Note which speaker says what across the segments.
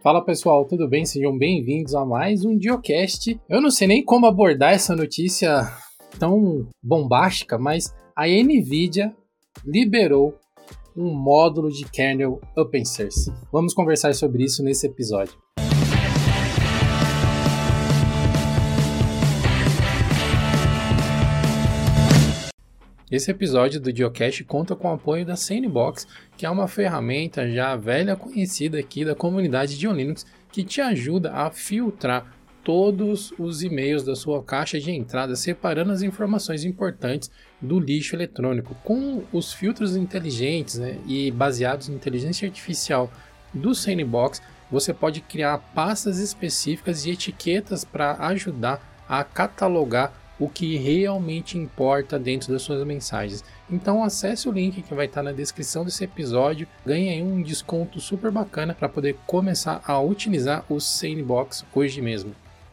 Speaker 1: Fala pessoal, tudo bem? Sejam bem-vindos a mais um Diocast. Eu não sei nem como abordar essa notícia tão bombástica, mas a NVIDIA liberou um módulo de kernel open source. Vamos conversar sobre isso nesse episódio. Esse episódio do Diocast conta com o apoio da Sandbox, que é uma ferramenta já velha conhecida aqui da comunidade de Linux, que te ajuda a filtrar todos os e-mails da sua caixa de entrada, separando as informações importantes do lixo eletrônico. Com os filtros inteligentes, e baseados em inteligência artificial do Sandbox, você pode criar pastas específicas e etiquetas para ajudar a catalogar o que realmente importa dentro das suas mensagens. Então acesse o link que vai estar na descrição desse episódio, ganhe aí um desconto super bacana para poder começar a utilizar o Sandbox hoje mesmo.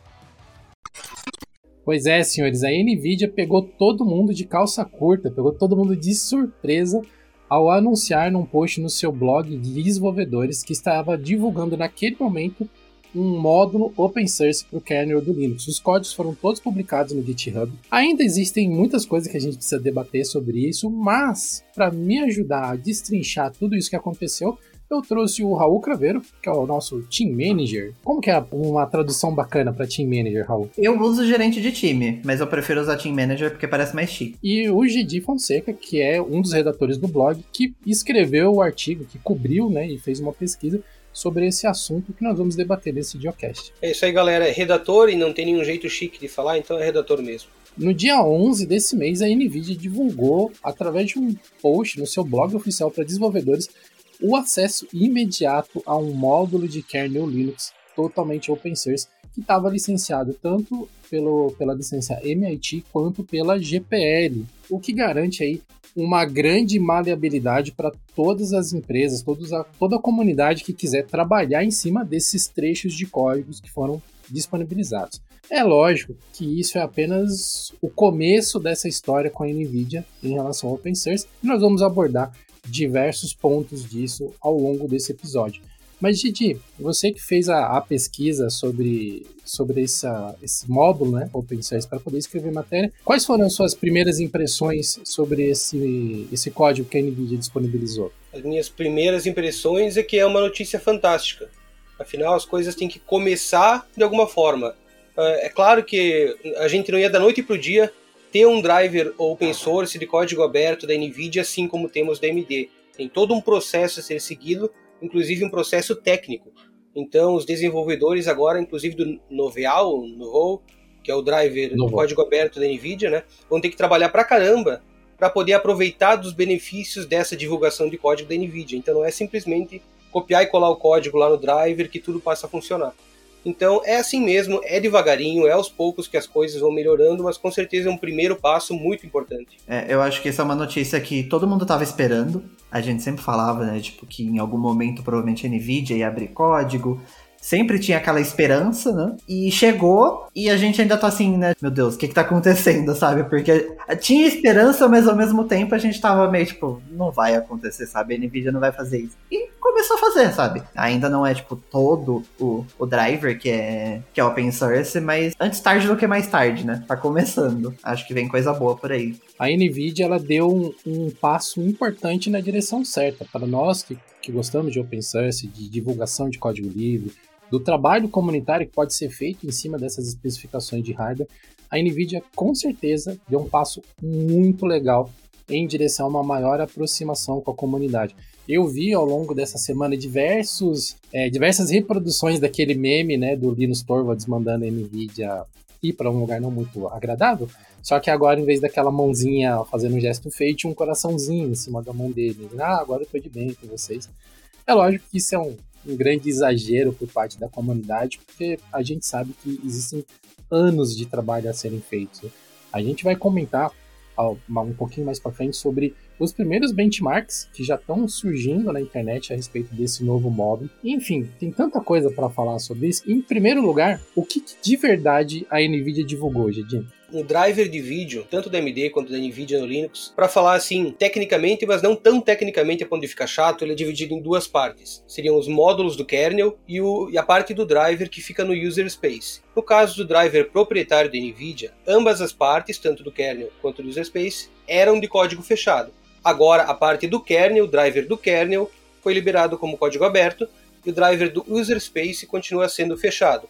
Speaker 1: Pois é, senhores, a NVIDIA pegou todo mundo de calça curta, pegou todo mundo de surpresa ao anunciar num post no seu blog de desenvolvedores que estava divulgando naquele momento um módulo open source para o kernel do Linux. Os códigos foram todos publicados no GitHub. Ainda existem muitas coisas que a gente precisa debater sobre isso, mas para me ajudar a destrinchar tudo isso que aconteceu, eu trouxe o Raul Craveiro, que é o nosso Team Manager. Como que é uma tradução bacana para Team Manager, Raul?
Speaker 2: Eu uso gerente de time, mas eu prefiro usar Team Manager porque parece mais chique.
Speaker 1: E o Gedi Fonseca, que é um dos redatores do blog, que escreveu o artigo, que cobriu, e fez uma pesquisa sobre esse assunto que nós vamos debater nesse Diocast.
Speaker 3: É isso aí, galera. É redator e não tem nenhum jeito chique de falar, então é redator mesmo.
Speaker 1: No dia 11 desse mês, a NVIDIA divulgou, através de um post no seu blog oficial para desenvolvedores, o acesso imediato a um módulo de kernel Linux totalmente open source, que estava licenciado tanto pela licença MIT quanto pela GPL, o que garante aí uma grande maleabilidade para todas as empresas, toda a comunidade que quiser trabalhar em cima desses trechos de códigos que foram disponibilizados. É lógico que isso é apenas o começo dessa história com a NVIDIA em relação ao open source, e nós vamos abordar diversos pontos disso ao longo desse episódio. Mas, Gedi, você que fez a pesquisa sobre esse módulo, open source, para poder escrever matéria, quais foram as suas primeiras impressões sobre esse código que a NVIDIA disponibilizou?
Speaker 3: As minhas primeiras impressões é que é uma notícia fantástica. Afinal, as coisas têm que começar de alguma forma. É claro que a gente não ia da noite para o dia ter um driver open source de código aberto da NVIDIA, assim como temos da AMD. Tem todo um processo a ser seguido, inclusive um processo técnico. Então, os desenvolvedores agora, inclusive do Novell, que é o driver do código aberto da NVIDIA, vão ter que trabalhar pra caramba para poder aproveitar dos benefícios dessa divulgação de código da NVIDIA. Então, não é simplesmente copiar e colar o código lá no driver que tudo passa a funcionar. Então, é assim mesmo, é devagarinho, é aos poucos que as coisas vão melhorando, mas com certeza é um primeiro passo muito importante.
Speaker 2: Eu acho que essa é uma notícia que todo mundo estava esperando. A gente sempre falava, que em algum momento provavelmente a NVIDIA ia abrir código. Sempre tinha aquela esperança, E chegou e a gente ainda tá assim, meu Deus, o que tá acontecendo, sabe? Porque tinha esperança, mas ao mesmo tempo a gente tava meio não vai acontecer, sabe? A NVIDIA não vai fazer isso. E começou a fazer, sabe? Ainda não é, todo o driver que é open source, mas antes tarde do que mais tarde, Tá começando. Acho que vem coisa boa por aí.
Speaker 1: A NVIDIA, ela deu um passo importante na direção certa. Para nós que gostamos de open source, de divulgação de código livre, do trabalho comunitário que pode ser feito em cima dessas especificações de hardware, a NVIDIA com certeza deu um passo muito legal em direção a uma maior aproximação com a comunidade. Eu vi ao longo dessa semana diversas reproduções daquele meme, do Linus Torvalds mandando a NVIDIA ir para um lugar não muito agradável, só que agora, em vez daquela mãozinha fazendo um gesto feio, tinha um coraçãozinho em cima da mão dele. Agora eu tô de bem com vocês. É lógico que isso é um grande exagero por parte da comunidade, porque a gente sabe que existem anos de trabalho a serem feitos. A gente vai comentar um pouquinho mais para frente sobre os primeiros benchmarks que já estão surgindo na internet a respeito desse novo módulo. Enfim, tem tanta coisa para falar sobre isso. Em primeiro lugar, o que de verdade a NVIDIA divulgou, Gedinho?
Speaker 3: um driver de vídeo, tanto da AMD quanto da NVIDIA no Linux, para falar assim, tecnicamente, mas não tão tecnicamente a ponto de ficar chato. Ele é dividido em duas partes. Seriam os módulos do kernel e a parte do driver que fica no user space. No caso do driver proprietário da NVIDIA, ambas as partes, tanto do kernel quanto do user space, eram de código fechado. Agora, a parte do kernel, o driver do kernel, foi liberado como código aberto, e o driver do user space continua sendo fechado.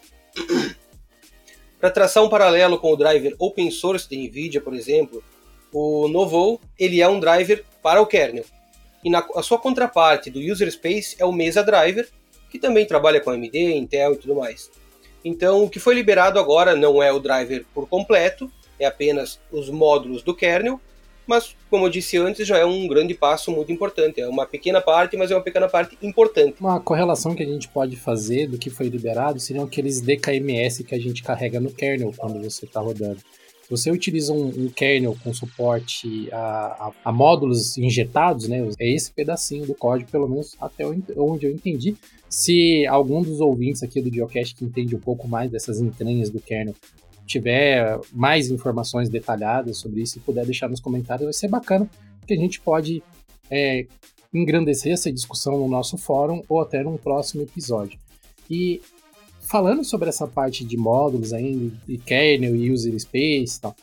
Speaker 3: Para traçar um paralelo com o driver open source da NVIDIA, por exemplo, o Novell, ele é um driver para o kernel. E a sua contraparte do user space é o Mesa Driver, que também trabalha com AMD, Intel e tudo mais. Então, o que foi liberado agora não é o driver por completo, é apenas os módulos do kernel, mas, como eu disse antes, já é um grande passo muito importante. É uma pequena parte, mas é uma pequena parte importante.
Speaker 1: Uma correlação que a gente pode fazer do que foi liberado seriam aqueles DKMS que a gente carrega no kernel quando você está rodando. Se você utiliza um kernel com suporte a módulos injetados, né, é esse pedacinho do código, pelo menos até onde eu entendi. Se algum dos ouvintes aqui do Geocast que entende um pouco mais dessas entranhas do kernel tiver mais informações detalhadas sobre isso e puder deixar nos comentários, vai ser bacana, porque a gente pode engrandecer essa discussão no nosso fórum ou até num próximo episódio. E falando sobre essa parte de módulos ainda, de kernel e user space e tal,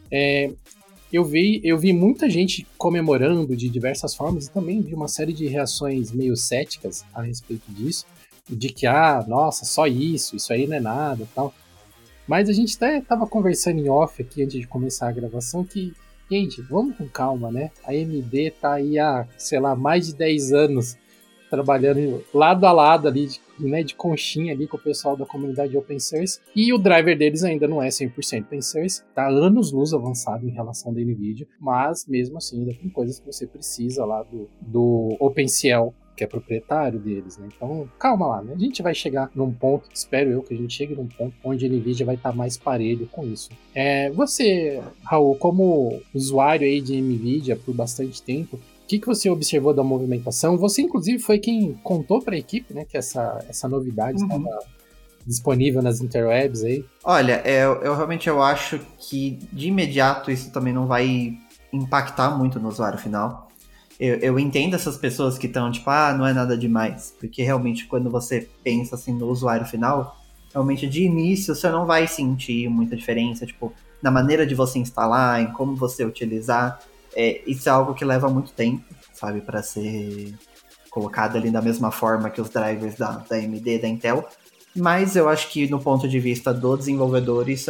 Speaker 1: eu vi muita gente comemorando de diversas formas e também vi uma série de reações meio céticas a respeito disso, de que, nossa, só isso aí não é nada e tal. Mas a gente até estava conversando em off aqui antes de começar a gravação que, gente, vamos com calma, né? A AMD tá aí há, sei lá, mais de 10 anos trabalhando lado a lado ali, de conchinha ali com o pessoal da comunidade open source, e o driver deles ainda não é 100% open source, tá anos-luz avançado em relação da NVIDIA, mas mesmo assim ainda tem coisas que você precisa lá do OpenCL, que é proprietário deles, né? Então, calma lá, né? A gente vai chegar num ponto, espero eu que a gente chegue num ponto onde a NVIDIA vai estar mais parelho com isso. Você, Raul, como usuário aí de NVIDIA por bastante tempo, o que você observou da movimentação? Você, inclusive, foi quem contou para a equipe, né, que essa novidade estava disponível nas interwebs aí.
Speaker 2: Olha, eu realmente acho que de imediato isso também não vai impactar muito no usuário final. Eu entendo essas pessoas que estão tipo, não é nada demais, porque realmente quando você pensa assim no usuário final, realmente de início você não vai sentir muita diferença, tipo, na maneira de você instalar, em como você utilizar. Isso é algo que leva muito tempo, sabe, para ser colocado ali da mesma forma que os drivers da AMD e da Intel, mas eu acho que no ponto de vista do desenvolvedor isso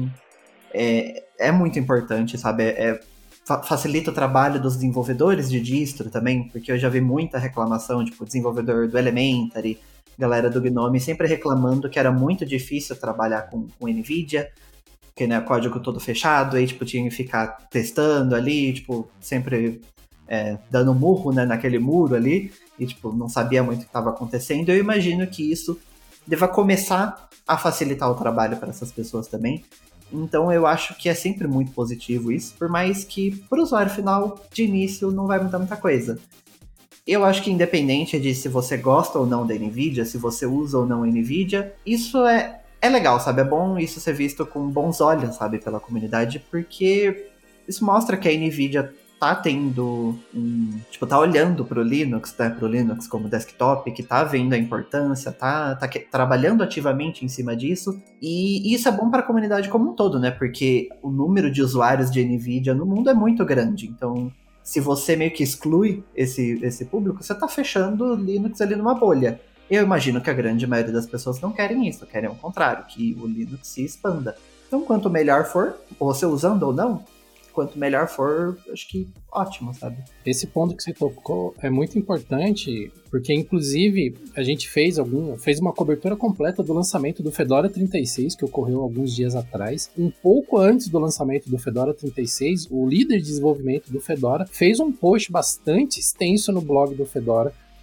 Speaker 2: é muito importante, sabe, facilita o trabalho dos desenvolvedores de distro também, porque eu já vi muita reclamação, tipo, desenvolvedor do Elementary, galera do GNOME, sempre reclamando que era muito difícil trabalhar com NVIDIA, porque, né, código todo fechado, aí, tipo, tinha que ficar testando ali, tipo, sempre dando murro, né, naquele muro ali, e, tipo, não sabia muito o que estava acontecendo. Eu imagino que isso deva começar a facilitar o trabalho para essas pessoas também. Então eu acho que é sempre muito positivo isso, por mais que pro usuário final, de início, não vai mudar muita coisa. Eu acho que independente de se você gosta ou não da NVIDIA, se você usa ou não a NVIDIA, isso é legal, sabe? É bom isso ser visto com bons olhos, sabe, pela comunidade, porque isso mostra que a NVIDIA tá tendo tá olhando pro Linux, né, pro Linux como desktop, que tá vendo a importância, tá trabalhando ativamente em cima disso, e isso é bom para a comunidade como um todo, né, porque o número de usuários de NVIDIA no mundo é muito grande, então se você meio que exclui esse público, você tá fechando o Linux ali numa bolha. Eu imagino que a grande maioria das pessoas não querem isso, querem o contrário, que o Linux se expanda. Então quanto melhor for, você usando ou não, quanto melhor for, acho que ótimo, sabe?
Speaker 1: Esse ponto que você tocou é muito importante, porque inclusive a gente fez uma cobertura completa do lançamento do Fedora 36, que ocorreu alguns dias atrás. Um pouco antes do lançamento do Fedora 36, o líder de desenvolvimento do Fedora fez um post bastante extenso no blog do Fedora,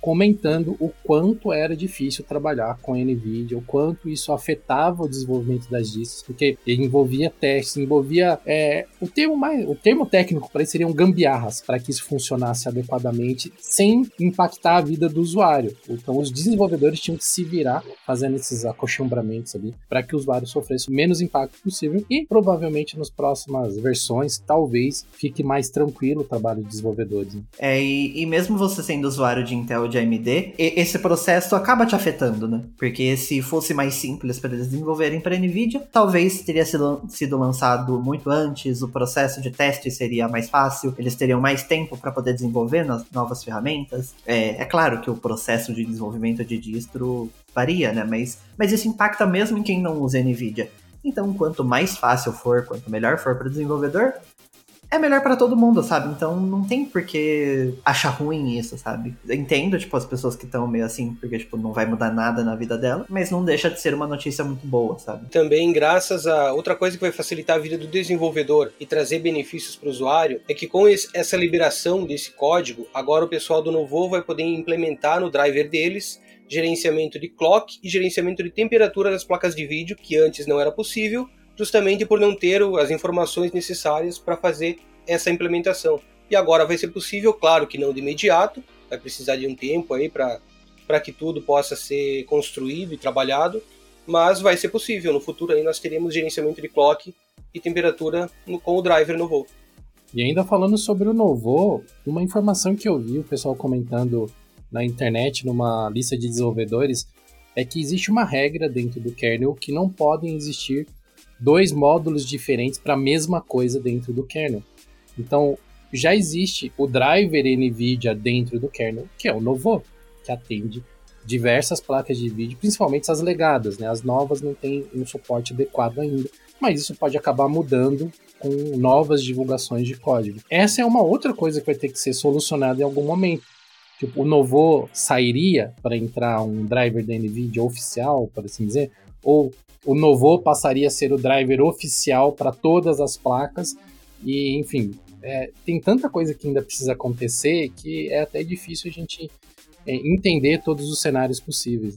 Speaker 1: comentando o quanto era difícil trabalhar com a NVIDIA, o quanto isso afetava o desenvolvimento das distros, porque envolvia testes, envolvia... o termo técnico para isso seriam gambiarras, para que isso funcionasse adequadamente, sem impactar a vida do usuário. Então os desenvolvedores tinham que se virar fazendo esses acostumbramentos ali, para que o usuário sofresse o menos impacto possível, e provavelmente nas próximas versões, talvez, fique mais tranquilo o trabalho de desenvolvedores. Né?
Speaker 2: E mesmo você sendo usuário de Intel ou de AMD, esse processo acaba te afetando, né? Porque se fosse mais simples para eles desenvolverem para NVIDIA, talvez teria sido lançado muito antes, o processo de teste seria mais fácil, eles teriam mais tempo para poder desenvolver nas novas ferramentas. É claro que o processo de desenvolvimento de distro varia, né? Mas isso impacta mesmo em quem não usa NVIDIA. Então, quanto mais fácil for, quanto melhor for para o desenvolvedor, é melhor pra todo mundo, sabe? Então não tem por que achar ruim isso, sabe? Eu entendo, tipo, as pessoas que estão meio assim, porque, tipo, não vai mudar nada na vida dela, mas não deixa de ser uma notícia muito boa, sabe?
Speaker 3: Também, graças a outra coisa que vai facilitar a vida do desenvolvedor e trazer benefícios para o usuário, é que com essa liberação desse código, agora o pessoal do Nouveau vai poder implementar no driver deles gerenciamento de clock e gerenciamento de temperatura das placas de vídeo, que antes não era possível, justamente por não ter as informações necessárias para fazer essa implementação. E agora vai ser possível, claro que não de imediato, vai precisar de um tempo aí para que tudo possa ser construído e trabalhado, mas vai ser possível. No futuro aí nós teremos gerenciamento de clock e temperatura com o driver Nouveau.
Speaker 1: E ainda falando sobre o Nouveau, uma informação que eu vi o pessoal comentando na internet, numa lista de desenvolvedores, é que existe uma regra dentro do kernel que não podem existir 2 módulos diferentes para a mesma coisa dentro do kernel. Então, já existe o driver NVIDIA dentro do kernel, que é o Nouveau, que atende diversas placas de vídeo, principalmente as legadas, né? As novas não têm um suporte adequado ainda, mas isso pode acabar mudando com novas divulgações de código. Essa é uma outra coisa que vai ter que ser solucionada em algum momento. Tipo, o Nouveau sairia para entrar um driver da NVIDIA oficial, por assim dizer, ou o Nouveau passaria a ser o driver oficial para todas as placas, e enfim, tem tanta coisa que ainda precisa acontecer que é até difícil a gente entender todos os cenários possíveis.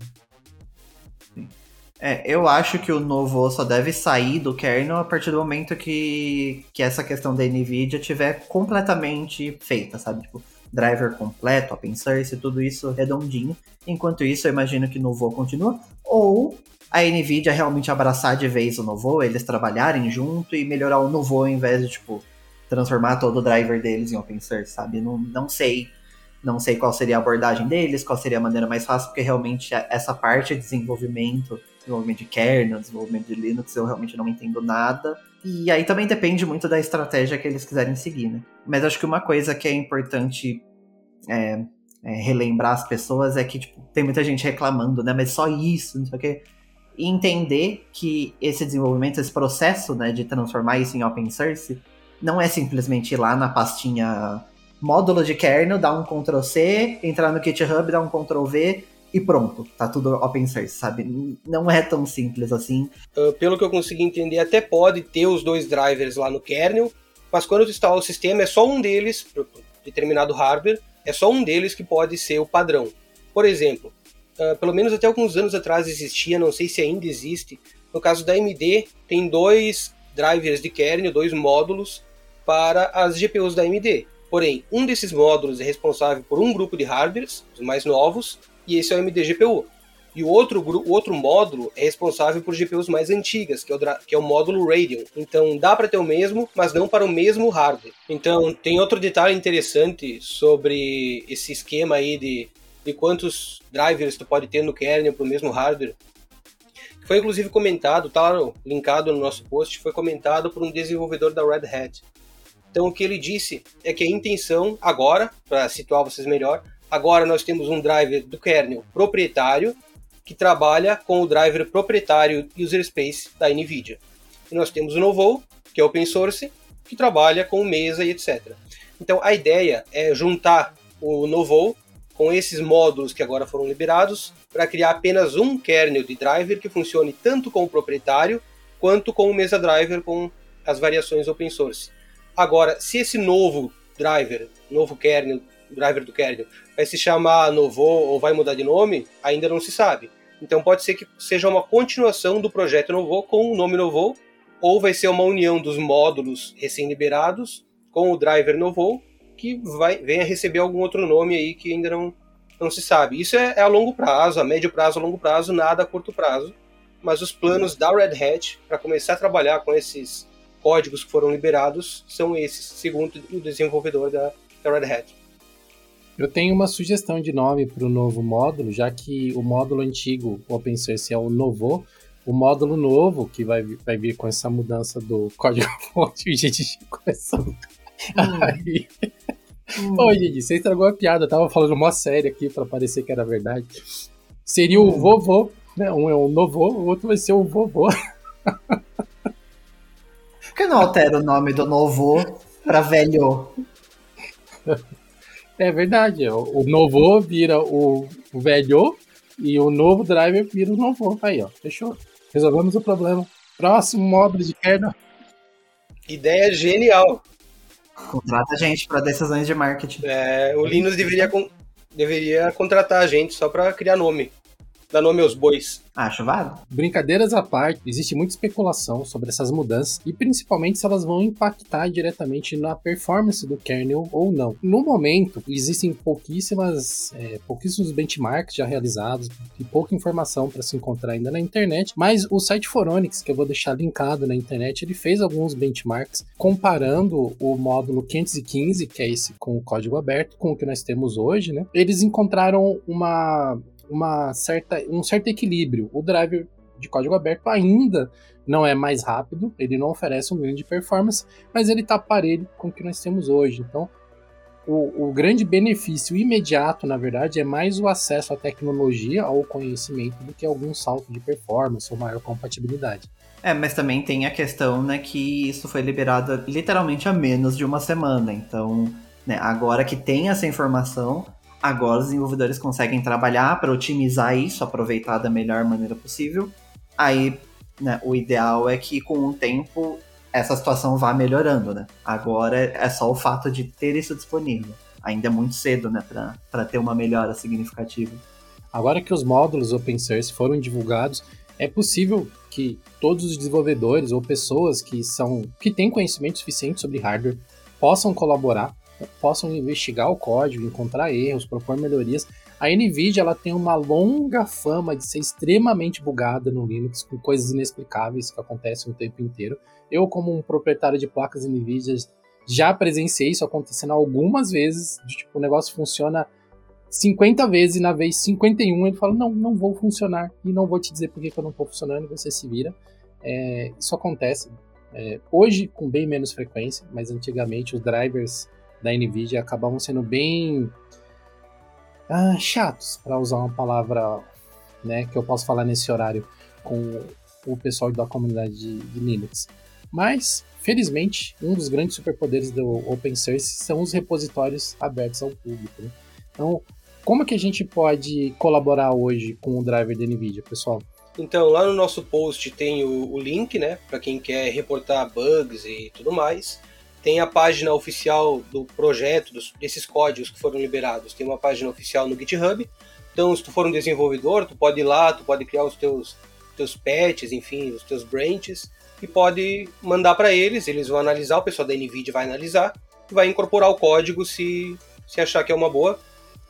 Speaker 2: Eu acho que o Nouveau só deve sair do kernel a partir do momento que essa questão da NVIDIA tiver completamente feita, sabe? Tipo, driver completo, open source, tudo isso redondinho. Enquanto isso, eu imagino que o Nouveau continua, ou a NVIDIA realmente abraçar de vez o Nouveau, eles trabalharem junto e melhorar o Nouveau ao invés de, tipo, transformar todo o driver deles em open source, sabe? Não sei qual seria a abordagem deles, qual seria a maneira mais fácil, porque realmente essa parte de desenvolvimento de kernel, desenvolvimento de Linux, eu realmente não entendo nada. E aí também depende muito da estratégia que eles quiserem seguir, né? Mas acho que uma coisa que é importante relembrar as pessoas é que, tipo, tem muita gente reclamando, né? Mas só isso, não sei o quê. E entender que esse desenvolvimento, esse processo, né, de transformar isso em open source, não é simplesmente ir lá na pastinha módulo de kernel, dar um Ctrl+C, entrar no GitHub, dar um Ctrl+V e pronto, tá tudo open source, sabe? Não é tão simples assim.
Speaker 3: Pelo que eu consegui entender, até pode ter os 2 drivers lá no kernel, mas quando tu instala o sistema, é só um deles, para determinado hardware, é só um deles que pode ser o padrão. Por exemplo, pelo menos até alguns anos atrás existia, não sei se ainda existe, no caso da AMD, tem 2 drivers de kernel, 2 módulos para as GPUs da AMD. Porém, um desses módulos é responsável por um grupo de hardwares, os mais novos, e esse é o AMD GPU. E o outro módulo é responsável por GPUs mais antigas, que é o módulo Radeon. Então dá para ter o mesmo, mas não para o mesmo hardware. Então tem outro detalhe interessante sobre esse esquema aí de quantos drivers tu pode ter no kernel para o mesmo hardware. Foi inclusive comentado, tá linkado no nosso post, foi comentado por um desenvolvedor da Red Hat. Então o que ele disse é que a intenção agora, para situar vocês melhor, agora nós temos um driver do kernel proprietário que trabalha com o driver proprietário User Space da NVIDIA. E nós temos o Nouveau, que é open source, que trabalha com mesa e etc. Então a ideia é juntar o Nouveau com esses módulos que agora foram liberados para criar apenas um kernel de driver que funcione tanto com o proprietário quanto com o mesa driver com as variações open source. Agora, se esse novo driver, novo kernel, driver do kernel, vai se chamar Novo ou vai mudar de nome, ainda não se sabe. Então pode ser que seja uma continuação do projeto Novo com o nome Novo, ou vai ser uma união dos módulos recém-liberados com o driver Novo, que venha receber algum outro nome aí que ainda não se sabe. Isso é a longo prazo, a médio prazo, a longo prazo, nada a curto prazo. Mas os planos da Red Hat para começar a trabalhar com esses códigos que foram liberados são esses, segundo o desenvolvedor da Red Hat.
Speaker 1: Eu tenho uma sugestão de nome para o novo módulo, já que o módulo antigo OpenSource é o Novo. O módulo novo, que vai vir com essa mudança do código-fonte, gente, começou. Aí... Ô, gente, você estragou a piada, eu tava falando mó sério aqui para parecer que era verdade. Seria o vovô, né? Um é o Novo, o outro vai ser o vovô.
Speaker 2: Por que não altera o nome do Novo para velho?
Speaker 1: É verdade, o Novo vira o velho e o novo driver vira o Novo. Aí, ó, fechou. Resolvemos o problema. Próximo módulo de kernel.
Speaker 3: Ideia genial.
Speaker 2: Contrata a gente para decisões de marketing.
Speaker 3: O Linus deveria contratar a gente só para criar nome. Dar nome aos bois.
Speaker 2: Acho válido.
Speaker 1: Brincadeiras à parte, existe muita especulação sobre essas mudanças e principalmente se elas vão impactar diretamente na performance do kernel ou não. No momento, existem pouquíssimos benchmarks já realizados e pouca informação para se encontrar ainda na internet, mas o site Phoronix, que eu vou deixar linkado na internet, ele fez alguns benchmarks comparando o módulo 515, que é esse com o código aberto, com o que nós temos hoje, né? Eles encontraram um certo equilíbrio. O driver de código aberto ainda não é mais rápido, ele não oferece um grande performance, mas ele está parelho com o que nós temos hoje. Então, o grande benefício imediato, na verdade, é mais o acesso à tecnologia, ao conhecimento, do que algum salto de performance ou maior compatibilidade.
Speaker 2: Mas também tem a questão, né, que isso foi liberado literalmente há menos de uma semana. Então, né, agora que tem essa informação, agora os desenvolvedores conseguem trabalhar para otimizar isso, aproveitar da melhor maneira possível. Aí, né, o ideal é que com o tempo essa situação vá melhorando, né? Agora é só o fato de ter isso disponível. Ainda é muito cedo, né, para ter uma melhora significativa.
Speaker 1: Agora que os módulos open source foram divulgados, é possível que todos os desenvolvedores ou pessoas que têm conhecimento suficiente sobre hardware possam colaborar, possam investigar o código, encontrar erros, propor melhorias. A NVIDIA ela tem uma longa fama de ser extremamente bugada no Linux, com coisas inexplicáveis que acontecem o tempo inteiro. Eu, como um proprietário de placas NVIDIA, já presenciei isso acontecendo algumas vezes, o negócio funciona 50 vezes e na vez 51 ele fala, não vou funcionar e não vou te dizer por que eu não estou funcionando e você se vira. Isso acontece hoje com bem menos frequência, mas antigamente os drivers da NVIDIA acabavam sendo bem chatos, para usar uma palavra, né, que eu posso falar nesse horário com o pessoal da comunidade de Linux. Mas, felizmente, um dos grandes superpoderes do Open Source são os repositórios abertos ao público, né? Então, como que a gente pode colaborar hoje com o driver da NVIDIA, pessoal?
Speaker 3: Então, lá no nosso post tem o link, né, para quem quer reportar bugs e tudo mais. Tem a página oficial do projeto, desses códigos que foram liberados. Tem uma página oficial no GitHub. Então, se tu for um desenvolvedor, tu pode ir lá, tu pode criar os teus patches, enfim, os teus branches, e pode mandar para eles vão analisar, o pessoal da NVIDIA vai analisar, e vai incorporar o código se achar que é uma boa.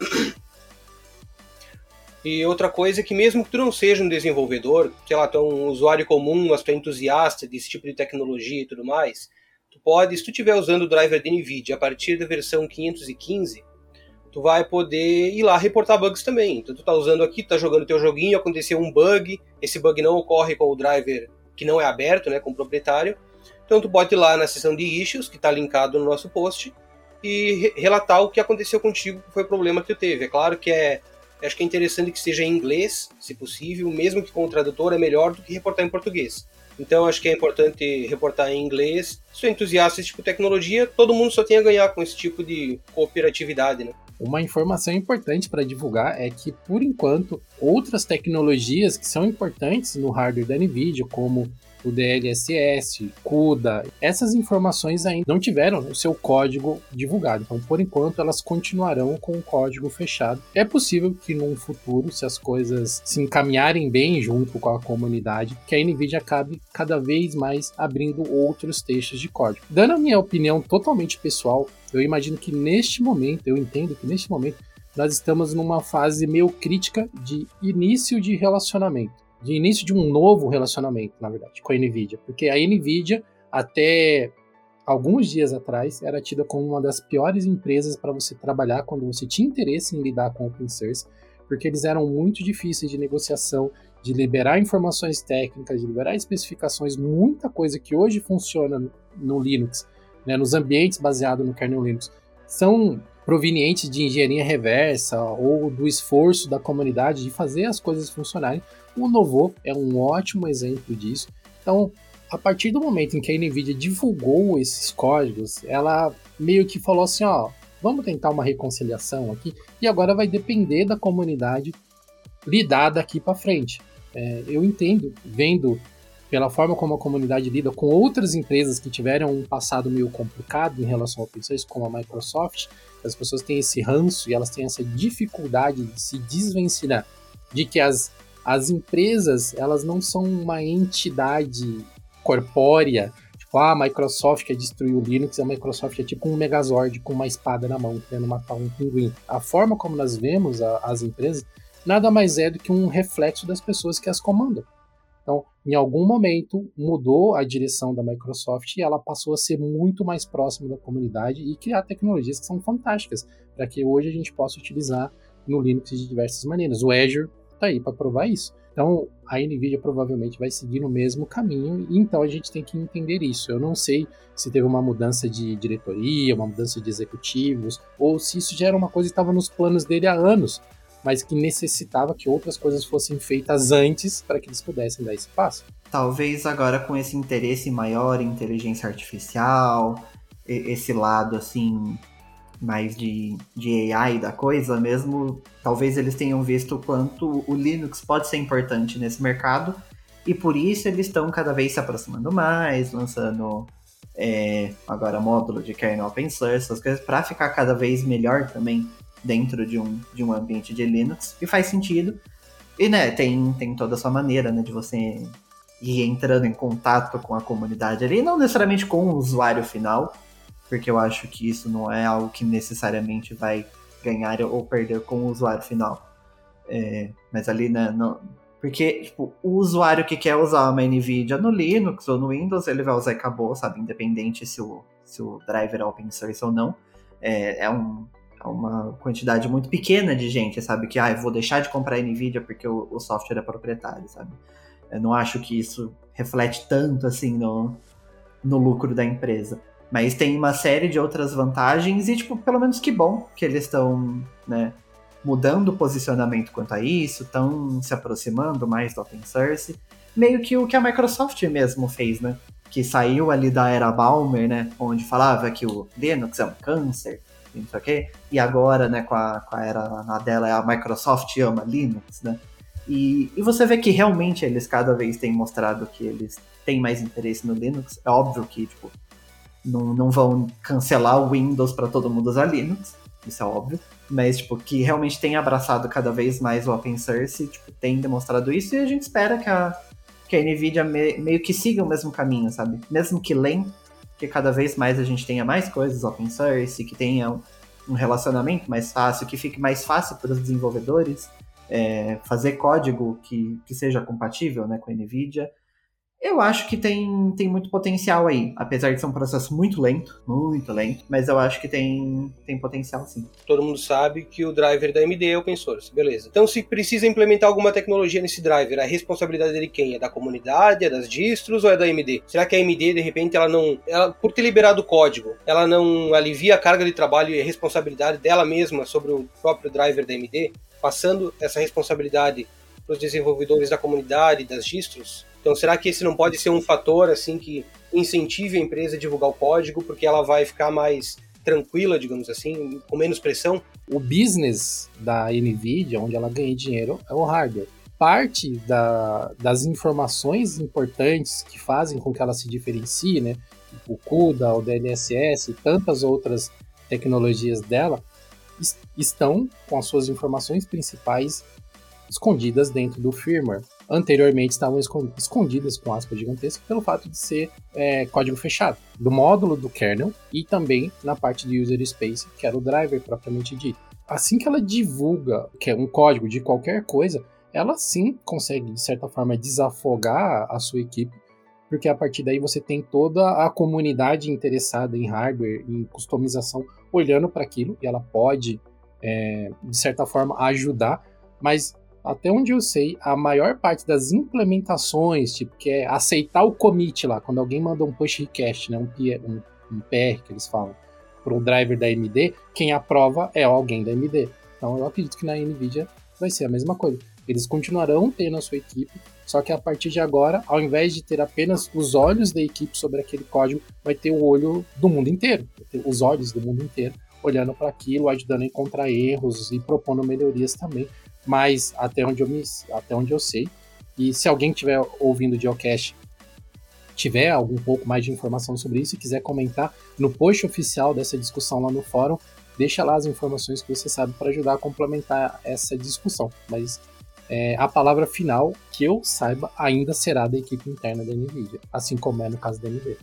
Speaker 3: E outra coisa é que mesmo que tu não seja um desenvolvedor, sei lá, tu é um usuário comum, mas tu é entusiasta desse tipo de tecnologia e tudo mais, tu pode, se tu estiver usando o driver da NVIDIA a partir da versão 515, tu vai poder ir lá reportar bugs também. Então tu tá usando aqui, tu tá jogando teu joguinho, aconteceu um bug, esse bug não ocorre com o driver que não é aberto, né, com o proprietário. Então tu pode ir lá na seção de issues, que está linkado no nosso post, e relatar o que aconteceu contigo, que foi o problema que tu teve. É claro que acho que é interessante que seja em inglês, se possível, mesmo que com o tradutor é melhor do que reportar em português. Então acho que é importante reportar em inglês. Se tu é entusiasta desse tipo de tecnologia, todo mundo só tem a ganhar com esse tipo de cooperatividade, né?
Speaker 1: Uma informação importante para divulgar é que, por enquanto, outras tecnologias que são importantes no hardware da NVIDIA, como o DLSS, CUDA, essas informações ainda não tiveram o seu código divulgado. Então, por enquanto, elas continuarão com o código fechado. É possível que num futuro, se as coisas se encaminharem bem junto com a comunidade, que a NVIDIA acabe cada vez mais abrindo outros textos de código. Dando a minha opinião totalmente pessoal, eu imagino que neste momento, eu entendo que neste momento, nós estamos numa fase meio crítica de início de relacionamento. De início de um novo relacionamento, na verdade, com a NVIDIA. Porque a NVIDIA, até alguns dias atrás, era tida como uma das piores empresas para você trabalhar quando você tinha interesse em lidar com open source, porque eles eram muito difíceis de negociação, de liberar informações técnicas, de liberar especificações, muita coisa que hoje funciona no Linux, né, nos ambientes baseados no kernel Linux, são provenientes de engenharia reversa ou do esforço da comunidade de fazer as coisas funcionarem. O Nouveau é um ótimo exemplo disso. Então, a partir do momento em que a NVIDIA divulgou esses códigos, ela meio que falou assim, ó, vamos tentar uma reconciliação aqui, e agora vai depender da comunidade lidar daqui para frente. Eu entendo, vendo pela forma como a comunidade lida com outras empresas que tiveram um passado meio complicado em relação ao open source, como a Microsoft, as pessoas têm esse ranço e elas têm essa dificuldade de se desvencilhar de que as empresas, elas não são uma entidade corpórea, tipo, a Microsoft quer destruir o Linux, a Microsoft é tipo um Megazord com uma espada na mão, querendo matar um pinguim. A forma como nós vemos as empresas nada mais é do que um reflexo das pessoas que as comandam. Então, em algum momento, mudou a direção da Microsoft e ela passou a ser muito mais próxima da comunidade e criar tecnologias que são fantásticas, para que hoje a gente possa utilizar no Linux de diversas maneiras. O Azure está aí para provar isso. Então, a NVIDIA provavelmente vai seguir no mesmo caminho, e então a gente tem que entender isso. Eu não sei se teve uma mudança de diretoria, uma mudança de executivos, ou se isso já era uma coisa que estava nos planos dele há anos, mas que necessitava que outras coisas fossem feitas antes para que eles pudessem dar esse passo.
Speaker 2: Talvez agora com esse interesse maior em inteligência artificial, esse lado assim mais de AI da coisa mesmo, talvez eles tenham visto o quanto o Linux pode ser importante nesse mercado, e por isso eles estão cada vez se aproximando mais, lançando agora módulo de kernel open source, essas coisas, para ficar cada vez melhor também dentro de um ambiente de Linux, e faz sentido. E, né, tem toda a sua maneira, né, de você ir entrando em contato com a comunidade ali, não necessariamente com o usuário final, porque eu acho que isso não é algo que necessariamente vai ganhar ou perder com o usuário final. Mas ali, né, não, porque tipo, o usuário que quer usar uma NVIDIA no Linux ou no Windows, ele vai usar e acabou, sabe, independente se o driver é open source ou não. É uma quantidade muito pequena de gente, sabe, que eu vou deixar de comprar NVIDIA porque o software é proprietário, sabe. Eu não acho que isso reflete tanto assim no lucro da empresa. Mas tem uma série de outras vantagens e, tipo, pelo menos que bom que eles estão, né, mudando o posicionamento quanto a isso, estão se aproximando mais do open source. Meio que o que a Microsoft mesmo fez, né? Que saiu ali da era Ballmer, né? Onde falava que o Linux é um câncer, não sei o quê. E agora, né, com a era dela, a Microsoft ama Linux, né? E você vê que realmente eles cada vez têm mostrado que eles têm mais interesse no Linux. É óbvio que, tipo, não vão cancelar o Windows para todo mundo usar Linux, isso é óbvio, mas tipo, que realmente tem abraçado cada vez mais o open source, tipo, tem demonstrado isso, e a gente espera que a NVIDIA meio que siga o mesmo caminho, sabe? Mesmo que lento, que cada vez mais a gente tenha mais coisas open source, que tenha um relacionamento mais fácil, que fique mais fácil para os desenvolvedores fazer código que seja compatível, né, com a NVIDIA. Eu acho que tem muito potencial aí, apesar de ser um processo muito lento, mas eu acho que tem potencial sim.
Speaker 3: Todo mundo sabe que o driver da AMD é open source, beleza. Então, se precisa implementar alguma tecnologia nesse driver, a responsabilidade dele quem? É da comunidade, é das distros ou é da AMD? Será que a AMD, de repente, ela por ter liberado o código, ela não alivia a carga de trabalho e a responsabilidade dela mesma sobre o próprio driver da AMD, passando essa responsabilidade para os desenvolvedores da comunidade, das distros? Então, será que esse não pode ser um fator assim que incentive a empresa a divulgar o código, porque ela vai ficar mais tranquila, digamos assim, com menos pressão?
Speaker 1: O business da NVIDIA, onde ela ganha dinheiro, é o hardware. parte das informações importantes que fazem com que ela se diferencie, né? O CUDA, o DLSS e tantas outras tecnologias dela estão com as suas informações principais escondidas dentro do firmware. Anteriormente estavam escondidas com aspas gigantescas pelo fato de ser código fechado, do módulo do kernel e também na parte de user space, que era o driver propriamente dito. Assim que ela divulga que é um código de qualquer coisa, ela sim consegue, de certa forma, desafogar a sua equipe, porque a partir daí você tem toda a comunidade interessada em hardware, em customização, olhando para aquilo, e ela pode, de certa forma, ajudar, mas até onde eu sei, a maior parte das implementações, tipo, que é aceitar o commit lá, quando alguém manda um push request, né, um PR que eles falam, para o driver da AMD, quem aprova é alguém da AMD. Então eu acredito que na NVIDIA vai ser a mesma coisa. Eles continuarão tendo a sua equipe, só que a partir de agora, ao invés de ter apenas os olhos da equipe sobre aquele código, vai ter o olho do mundo inteiro, vai ter os olhos do mundo inteiro olhando para aquilo, ajudando a encontrar erros e propondo melhorias também. Mas até onde eu sei, e se alguém estiver ouvindo o Geocache, tiver algum pouco mais de informação sobre isso e quiser comentar no post oficial dessa discussão lá no fórum, deixa lá as informações que você sabe para ajudar a complementar essa discussão. Mas a palavra final, que eu saiba, ainda será da equipe interna da NVIDIA, assim como é no caso da AMD.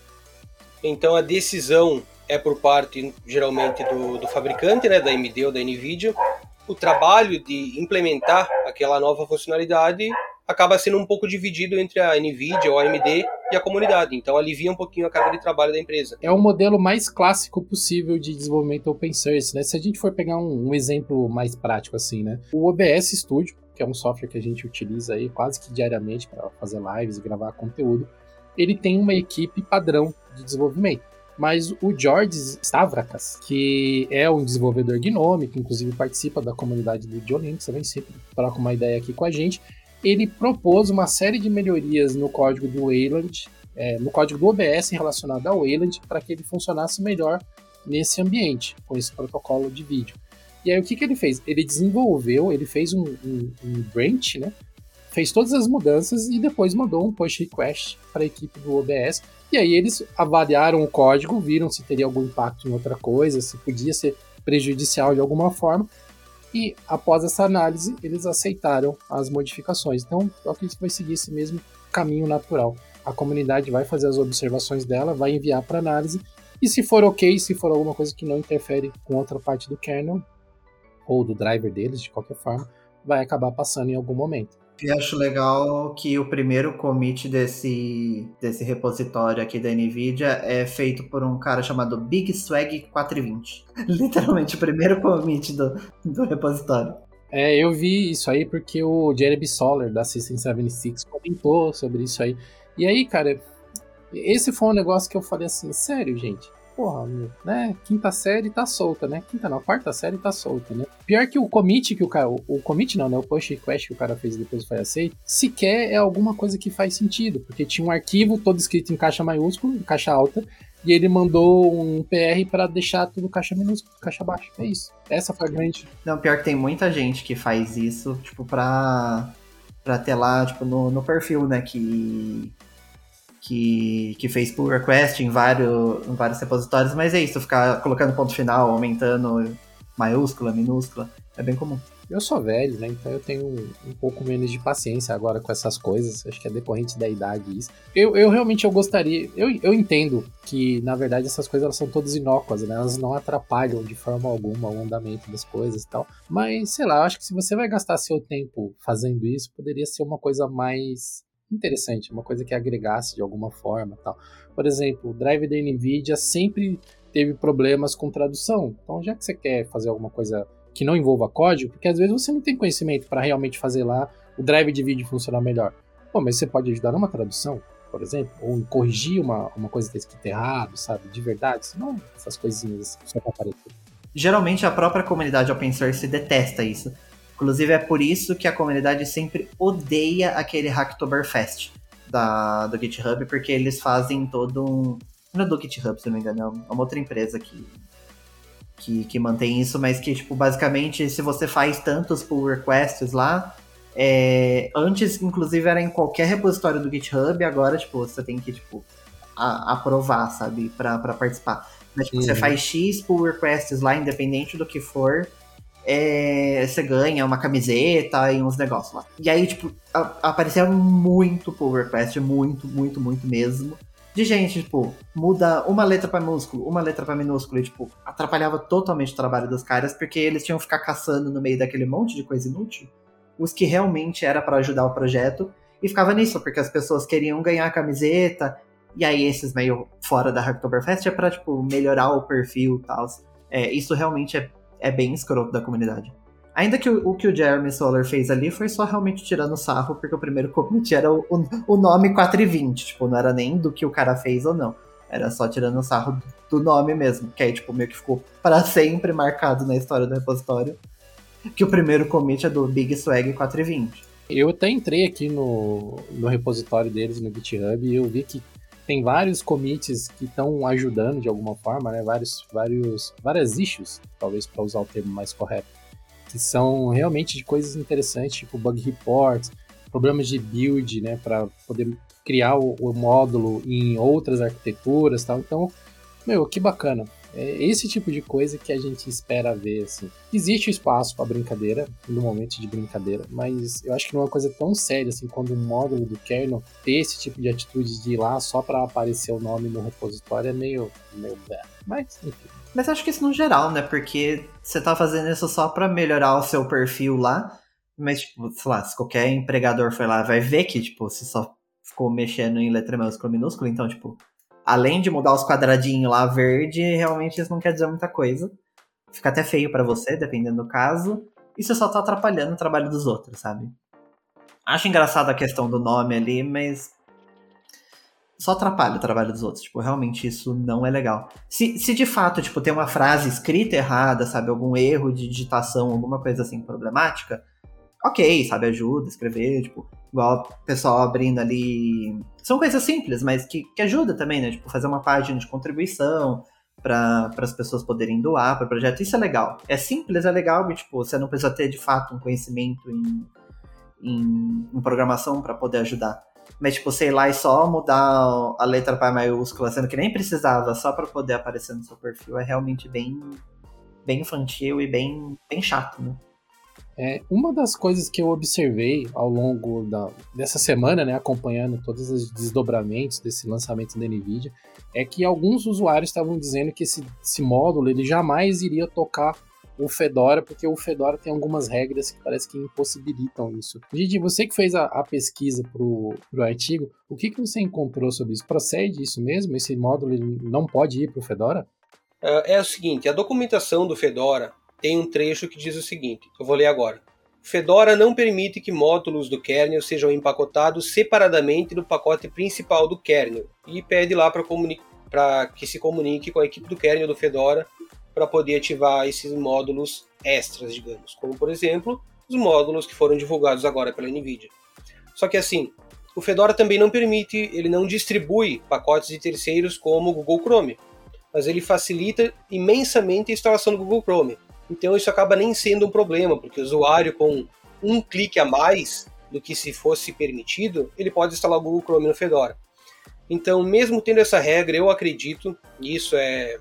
Speaker 3: Então a decisão é por parte, geralmente, do fabricante, né, da AMD ou da NVIDIA. O trabalho de implementar aquela nova funcionalidade acaba sendo um pouco dividido entre a NVIDIA ou a AMD e a comunidade, então alivia um pouquinho a carga de trabalho da empresa.
Speaker 1: É o modelo mais clássico possível de desenvolvimento open source, né? Se a gente for pegar um exemplo mais prático assim, né? O OBS Studio, que é um software que a gente utiliza aí quase que diariamente para fazer lives e gravar conteúdo, ele tem uma equipe padrão de desenvolvimento. Mas o George Stavrakas, que é um desenvolvedor Gnome, que inclusive participa da comunidade do GeoLinux, também sempre troca uma ideia aqui com a gente, ele propôs uma série de melhorias no código do Wayland, no código do OBS relacionado ao Wayland, para que ele funcionasse melhor nesse ambiente, com esse protocolo de vídeo. E aí o que ele fez? Ele desenvolveu, ele fez um branch, né? Fez todas as mudanças e depois mandou um push request para a equipe do OBS. E aí eles avaliaram o código, viram se teria algum impacto em outra coisa, se podia ser prejudicial de alguma forma. E após essa análise, eles aceitaram as modificações. Então, eu acredito que vai seguir esse mesmo caminho natural. A comunidade vai fazer as observações dela, vai enviar para análise. E se for ok, se for alguma coisa que não interfere com outra parte do kernel, ou do driver deles, de qualquer forma, vai acabar passando em algum momento.
Speaker 2: E acho legal que o primeiro commit desse repositório aqui da NVIDIA é feito por um cara chamado Big Swag 420. Literalmente, o primeiro commit do repositório.
Speaker 1: Eu vi isso aí porque o Jeremy Soller, da System76, comentou sobre isso aí. E aí, cara, esse foi um negócio que eu falei assim, sério, gente? Porra, né? Quinta série tá solta, né? Quarta série tá solta, né? Pior que o commit que o cara... O commit não, né? O push request que o cara fez e depois foi aceito, sequer é alguma coisa que faz sentido. Porque tinha um arquivo todo escrito em caixa maiúscula, em caixa alta, e ele mandou um PR pra deixar tudo caixa minúscula, caixa baixa. É isso. Essa foi a grande...
Speaker 2: Não, pior que tem muita gente que faz isso, tipo, pra ter lá, tipo, no perfil, né? Que fez pull request em vários repositórios, mas é isso, ficar colocando ponto final, aumentando maiúscula, minúscula, é bem comum.
Speaker 1: Eu sou velho, né? Então eu tenho um pouco menos de paciência agora com essas coisas. Acho que é decorrente da idade isso. Eu realmente gostaria... Eu entendo que, na verdade, essas coisas elas são todas inócuas, né? Elas não atrapalham de forma alguma o andamento das coisas e tal. Mas, sei lá, eu acho que se você vai gastar seu tempo fazendo isso, poderia ser uma coisa mais interessante, uma coisa que agregasse de alguma forma, tal. Por exemplo, o drive da NVIDIA sempre teve problemas com tradução. Então, já que você quer fazer alguma coisa que não envolva código, porque às vezes você não tem conhecimento para realmente fazer lá o drive de vídeo funcionar melhor. Pô, mas você pode ajudar numa tradução, por exemplo, ou em corrigir uma coisa que está escrita errado, sabe, de verdade, senão essas coisinhas só para aparecer.
Speaker 2: Geralmente a própria comunidade open source detesta isso. Inclusive é por isso que a comunidade sempre odeia aquele Hacktoberfest do GitHub, porque eles fazem todo um... Não é do GitHub, se não me engano, é uma outra empresa que mantém isso, mas que, tipo, basicamente, se você faz tantos pull requests lá, Antes, inclusive, era em qualquer repositório do GitHub, agora, tipo, você tem que, tipo, aprovar, sabe, pra participar. Mas, tipo, você faz X pull requests lá, independente do que for, você ganha uma camiseta e uns negócios lá. E aí, tipo, aparecia muito pull request, muito, muito, muito mesmo. De gente, tipo, muda uma letra pra minúsculo, uma letra pra minúsculo, e, tipo, atrapalhava totalmente o trabalho dos caras, porque eles tinham que ficar caçando no meio daquele monte de coisa inútil os que realmente era pra ajudar o projeto, e ficava nisso, porque as pessoas queriam ganhar a camiseta, e aí esses meio fora da Hacktoberfest é pra, tipo, melhorar o perfil e tal. Isso realmente é bem escroto da comunidade. Ainda que o que o Jeremy Soller fez ali foi só realmente tirando sarro, porque o primeiro commit era o nome 420, tipo, não era nem do que o cara fez ou não. Era só tirando sarro do nome mesmo, que aí, tipo, meio que ficou para sempre marcado na história do repositório, que o primeiro commit é do Big Swag 420.
Speaker 1: Eu até entrei aqui no repositório deles no GitHub e eu vi que tem vários commits que estão ajudando de alguma forma, né? Várias issues, talvez para usar o termo mais correto, que são realmente de coisas interessantes, tipo bug reports, problemas de build, né? Para poder criar o módulo em outras arquiteturas e tal. Então, que bacana. É esse tipo de coisa que a gente espera ver, assim. Existe espaço para brincadeira, no momento de brincadeira, mas eu acho que não é uma coisa tão séria, assim, quando um módulo do kernel ter esse tipo de atitude de ir lá só para aparecer o nome no repositório é meio mas, enfim.
Speaker 2: Mas acho que isso no geral, né? Porque você tá fazendo isso só para melhorar o seu perfil lá, mas, tipo, sei lá, se qualquer empregador foi lá, vai ver que, tipo, você só ficou mexendo em letra maiúscula minúscula, então, tipo, além de mudar os quadradinhos lá verde, realmente isso não quer dizer muita coisa. Fica até feio pra você, dependendo do caso. E você só tá atrapalhando o trabalho dos outros, sabe? Acho engraçado a questão do nome ali, mas só atrapalha o trabalho dos outros. Tipo, realmente isso não é legal. Se de fato, tipo, tem uma frase escrita errada, sabe? Algum erro de digitação, alguma coisa assim problemática, ok, sabe? Ajuda a escrever, tipo, igual o pessoal abrindo ali. São coisas simples, mas que ajuda também, né? Tipo, fazer uma página de contribuição para as pessoas poderem doar para o projeto. Isso é legal. É simples, é legal, e, tipo, você não precisa ter de fato um conhecimento em programação para poder ajudar. Mas, tipo, sei lá, e só mudar a letra para maiúscula, sendo que nem precisava, só para poder aparecer no seu perfil, é realmente bem infantil e bem chato, né?
Speaker 1: Uma das coisas que eu observei ao longo dessa semana, né, acompanhando todos os desdobramentos desse lançamento da NVIDIA, é que alguns usuários estavam dizendo que esse módulo ele jamais iria tocar o Fedora, porque o Fedora tem algumas regras que parece que impossibilitam isso. Gigi, você que fez a pesquisa pro artigo, o que você encontrou sobre isso? Procede isso mesmo? Esse módulo ele não pode ir pro Fedora?
Speaker 3: É o seguinte, a documentação do Fedora tem um trecho que diz o seguinte, eu vou ler agora. Fedora não permite que módulos do kernel sejam empacotados separadamente do pacote principal do kernel e pede lá para que se comunique com a equipe do kernel do Fedora para poder ativar esses módulos extras, digamos, como por exemplo os módulos que foram divulgados agora pela NVIDIA. Só que assim, o Fedora também não permite, ele não distribui pacotes de terceiros como o Google Chrome, mas ele facilita imensamente a instalação do Google Chrome. Então isso acaba nem sendo um problema, porque o usuário com um clique a mais do que se fosse permitido, ele pode instalar o Google Chrome no Fedora. Então, mesmo tendo essa regra, eu acredito, e isso é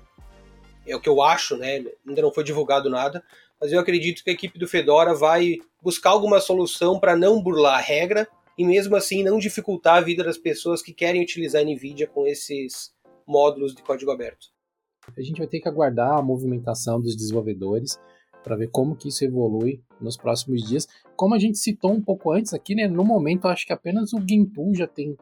Speaker 3: o que eu acho, né? Ainda não foi divulgado nada, mas eu acredito que a equipe do Fedora vai buscar alguma solução para não burlar a regra e mesmo assim não dificultar a vida das pessoas que querem utilizar a NVIDIA com esses módulos de código aberto.
Speaker 1: A gente vai ter que aguardar a movimentação dos desenvolvedores para ver como que isso evolui nos próximos dias. Como a gente citou um pouco antes aqui, né? No momento, eu acho que apenas o Gimpool já tem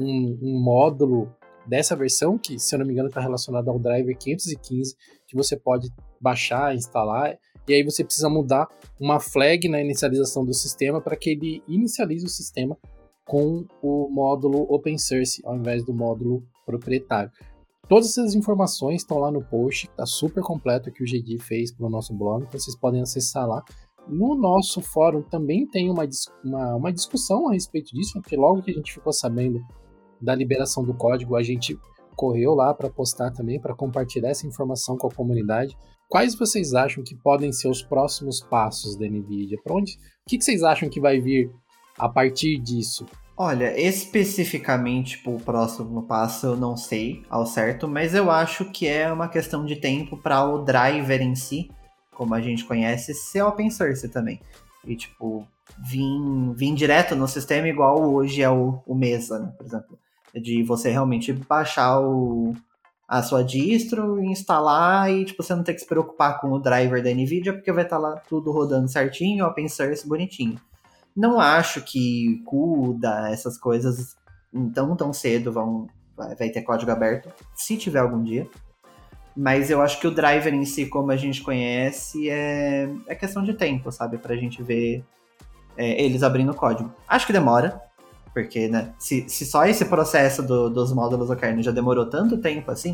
Speaker 1: um módulo dessa versão, que, se eu não me engano, está relacionado ao driver 515, que você pode baixar, instalar, e aí você precisa mudar uma flag na inicialização do sistema para que ele inicialize o sistema com o módulo open source, ao invés do módulo proprietário. Todas essas informações estão lá no post, está super completo que o GD fez para o nosso blog, então vocês podem acessar lá. No nosso fórum também tem uma discussão a respeito disso, porque logo que a gente ficou sabendo da liberação do código, a gente correu lá para postar também, para compartilhar essa informação com a comunidade. Quais vocês acham que podem ser os próximos passos da NVIDIA? O que vocês acham que vai vir a partir disso?
Speaker 2: Olha, especificamente pro próximo passo eu não sei ao certo, mas eu acho que é uma questão de tempo para o driver em si, como a gente conhece, ser open source também. E, tipo, vir direto no sistema igual hoje é o Mesa, né, por exemplo. De você realmente baixar a sua distro, instalar e, tipo, você não ter que se preocupar com o driver da NVIDIA, porque vai estar lá tudo rodando certinho, open source, bonitinho. Não acho que CUDA, essas coisas, tão cedo vai ter código aberto, se tiver algum dia. Mas eu acho que o driver em si, como a gente conhece, é questão de tempo, sabe? Pra gente ver eles abrindo o código. Acho que demora, porque, né, se só esse processo dos módulos do kernel já demorou tanto tempo assim,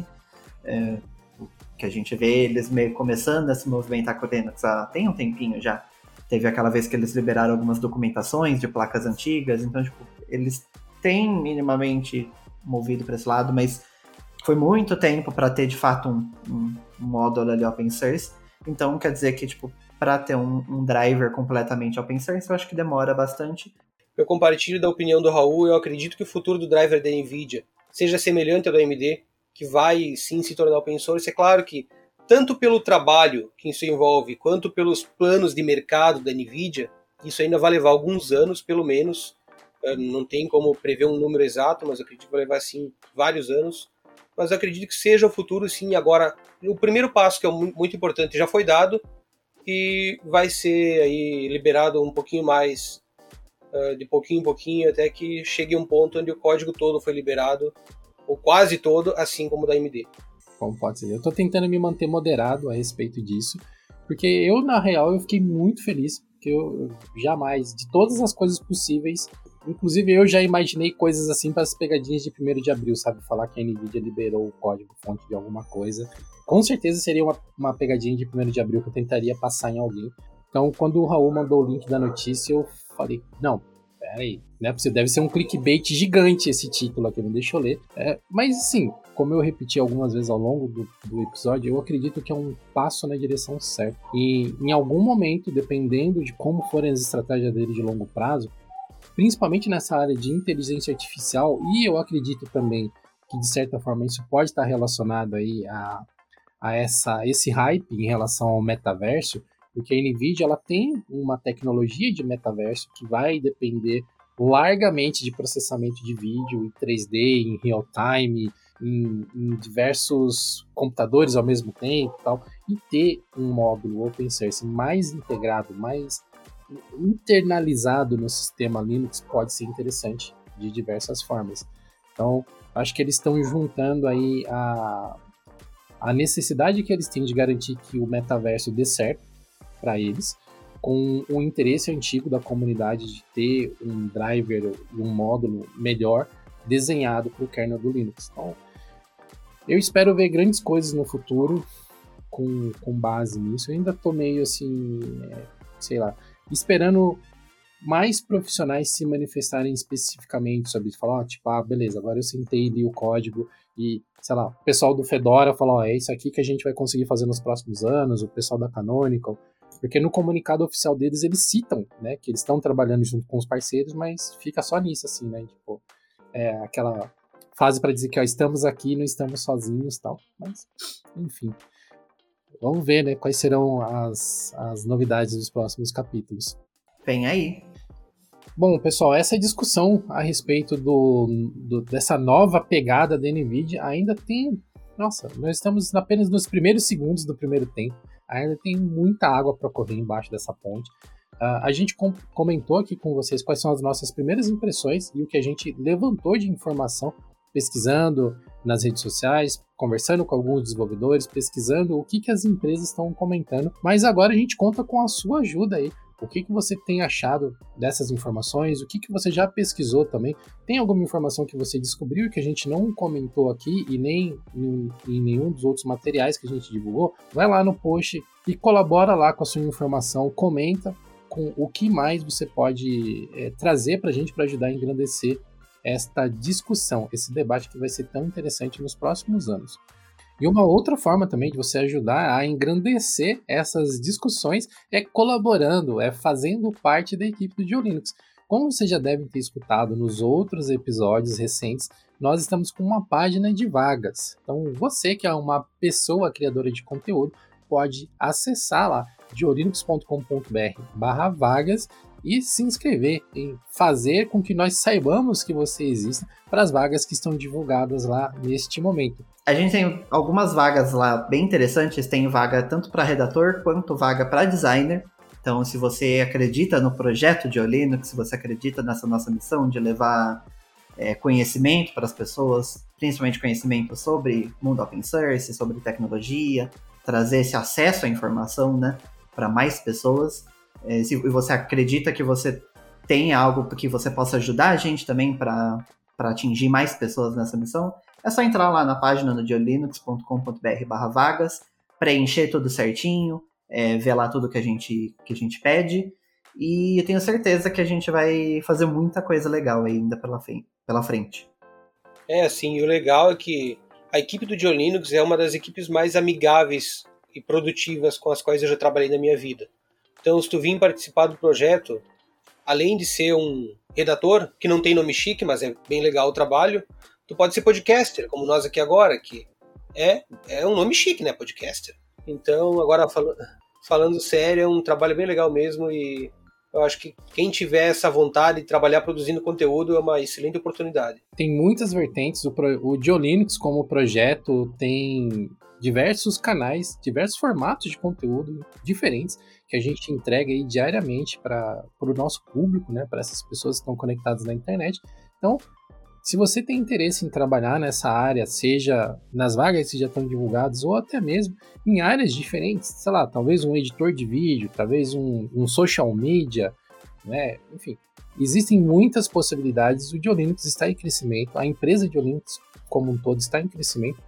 Speaker 2: que a gente vê eles meio começando a se movimentar com o Linux tem um tempinho já. Teve aquela vez que eles liberaram algumas documentações de placas antigas, então, tipo, eles têm minimamente movido para esse lado, mas foi muito tempo para ter, de fato, um módulo ali open source. Então, quer dizer que, tipo, para ter um driver completamente open source, eu acho que demora bastante.
Speaker 3: Eu compartilho da opinião do Raul, eu acredito que o futuro do driver da NVIDIA seja semelhante ao da AMD, que vai sim se tornar open source. É claro que tanto pelo trabalho que isso envolve, quanto pelos planos de mercado da NVIDIA, isso ainda vai levar alguns anos, pelo menos. Não tem como prever um número exato, mas eu acredito que vai levar, sim, vários anos. Mas eu acredito que seja o futuro, sim. Agora, o primeiro passo, que é muito importante, já foi dado e vai ser aí liberado um pouquinho mais, de pouquinho em pouquinho, até que chegue um ponto onde o código todo foi liberado, ou quase todo, assim como o da AMD.
Speaker 1: Como pode ser? Eu tô tentando me manter moderado a respeito disso, porque eu, na real, eu fiquei muito feliz, porque eu jamais, de todas as coisas possíveis, inclusive eu já imaginei coisas assim para as pegadinhas de 1º de abril, sabe? Falar que a NVIDIA liberou o código-fonte de alguma coisa. Com certeza seria uma pegadinha de 1º de abril que eu tentaria passar em alguém. Então, quando o Raul mandou o link da notícia, eu falei, não, peraí, né? Deve ser um clickbait gigante esse título aqui, não deixa eu ler. Mas, assim, como eu repeti algumas vezes ao longo do episódio, eu acredito que é um passo na direção certa. E em algum momento, dependendo de como forem as estratégias dele de longo prazo, principalmente nessa área de inteligência artificial, e eu acredito também que, de certa forma, isso pode estar relacionado aí a esse hype em relação ao metaverso, porque a NVIDIA ela tem uma tecnologia de metaverso que vai depender largamente de processamento de vídeo em 3D, em real time, em diversos computadores ao mesmo tempo e tal, e ter um módulo open source mais integrado, mais internalizado no sistema Linux pode ser interessante de diversas formas. Então, acho que eles estão juntando aí a necessidade que eles têm de garantir que o metaverso dê certo para eles, com o interesse antigo da comunidade de ter um driver e um módulo melhor desenhado para o kernel do Linux. Então, eu espero ver grandes coisas no futuro com base nisso. Eu ainda tô meio assim, sei lá, esperando mais profissionais se manifestarem especificamente sobre isso. Falar, beleza, agora eu sentei e li o código e, sei lá, o pessoal do Fedora falou, é isso aqui que a gente vai conseguir fazer nos próximos anos, o pessoal da Canonical, porque no comunicado oficial deles eles citam, né, que eles estão trabalhando junto com os parceiros, mas fica só nisso, assim, né, tipo, aquela fase para dizer que estamos aqui, não estamos sozinhos e tal, mas, enfim. Vamos ver, né, quais serão as novidades dos próximos capítulos.
Speaker 2: Vem aí.
Speaker 1: Bom, pessoal, essa discussão a respeito dessa nova pegada da NVIDIA ainda tem... Nossa, nós estamos apenas nos primeiros segundos do primeiro tempo. Ainda tem muita água para correr embaixo dessa ponte. A gente comentou aqui com vocês quais são as nossas primeiras impressões e o que a gente levantou de informação pesquisando nas redes sociais, conversando com alguns desenvolvedores, pesquisando o que as empresas estão comentando. Mas agora a gente conta com a sua ajuda aí. O que você tem achado dessas informações? O que você já pesquisou também? Tem alguma informação que você descobriu que a gente não comentou aqui e nem em nenhum dos outros materiais que a gente divulgou? Vai lá no post e colabora lá com a sua informação, comenta com o que mais você pode trazer para a gente para ajudar a engrandecer esta discussão, esse debate que vai ser tão interessante nos próximos anos. E uma outra forma também de você ajudar a engrandecer essas discussões é colaborando, fazendo parte da equipe do GeoLinux. Como vocês já devem ter escutado nos outros episódios recentes, nós estamos com uma página de vagas. Então, você que é uma pessoa criadora de conteúdo, pode acessar lá diolinux.com.br/vagas e se inscrever em fazer com que nós saibamos que você existe para as vagas que estão divulgadas lá neste momento.
Speaker 2: A gente tem algumas vagas lá bem interessantes, tem vaga tanto para redator quanto vaga para designer. Então, se você acredita no projeto de Linux, se você acredita nessa nossa missão de levar conhecimento para as pessoas, principalmente conhecimento sobre mundo open source, sobre tecnologia, trazer esse acesso à informação, né, para mais pessoas, se você acredita que você tem algo que você possa ajudar a gente também para atingir mais pessoas nessa missão, é só entrar lá na página no diolinux.com.br/vagas, preencher tudo certinho, ver lá tudo que a gente pede, e eu tenho certeza que a gente vai fazer muita coisa legal ainda pela frente.
Speaker 3: Assim, o legal é que a equipe do Diolinux é uma das equipes mais amigáveis e produtivas com as quais eu já trabalhei na minha vida. Então, se tu vir participar do projeto, além de ser um redator, que não tem nome chique, mas é bem legal o trabalho, tu pode ser podcaster, como nós aqui agora, que é um nome chique, né, podcaster. Então, agora falando sério, é um trabalho bem legal mesmo, e eu acho que quem tiver essa vontade de trabalhar produzindo conteúdo é uma excelente oportunidade.
Speaker 1: Tem muitas vertentes, o Diolinux como projeto tem diversos canais, diversos formatos de conteúdo diferentes que a gente entrega aí diariamente para o nosso público, né, para essas pessoas que estão conectadas na internet. Então, se você tem interesse em trabalhar nessa área, seja nas vagas que já estão divulgadas ou até mesmo em áreas diferentes, sei lá, talvez um editor de vídeo, talvez um social media, né? Enfim, existem muitas possibilidades. O Diolinux está em crescimento, a empresa Diolinux como um todo está em crescimento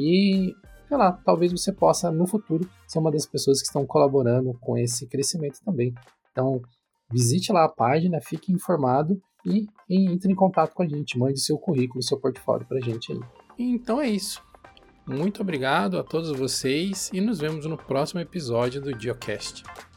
Speaker 1: e, sei lá, talvez você possa no futuro ser uma das pessoas que estão colaborando com esse crescimento também. Então, visite lá a página, fique informado e entre em contato com a gente, mande seu currículo, seu portfólio pra gente aí. Então é isso. Muito obrigado a todos vocês e nos vemos no próximo episódio do Diocast.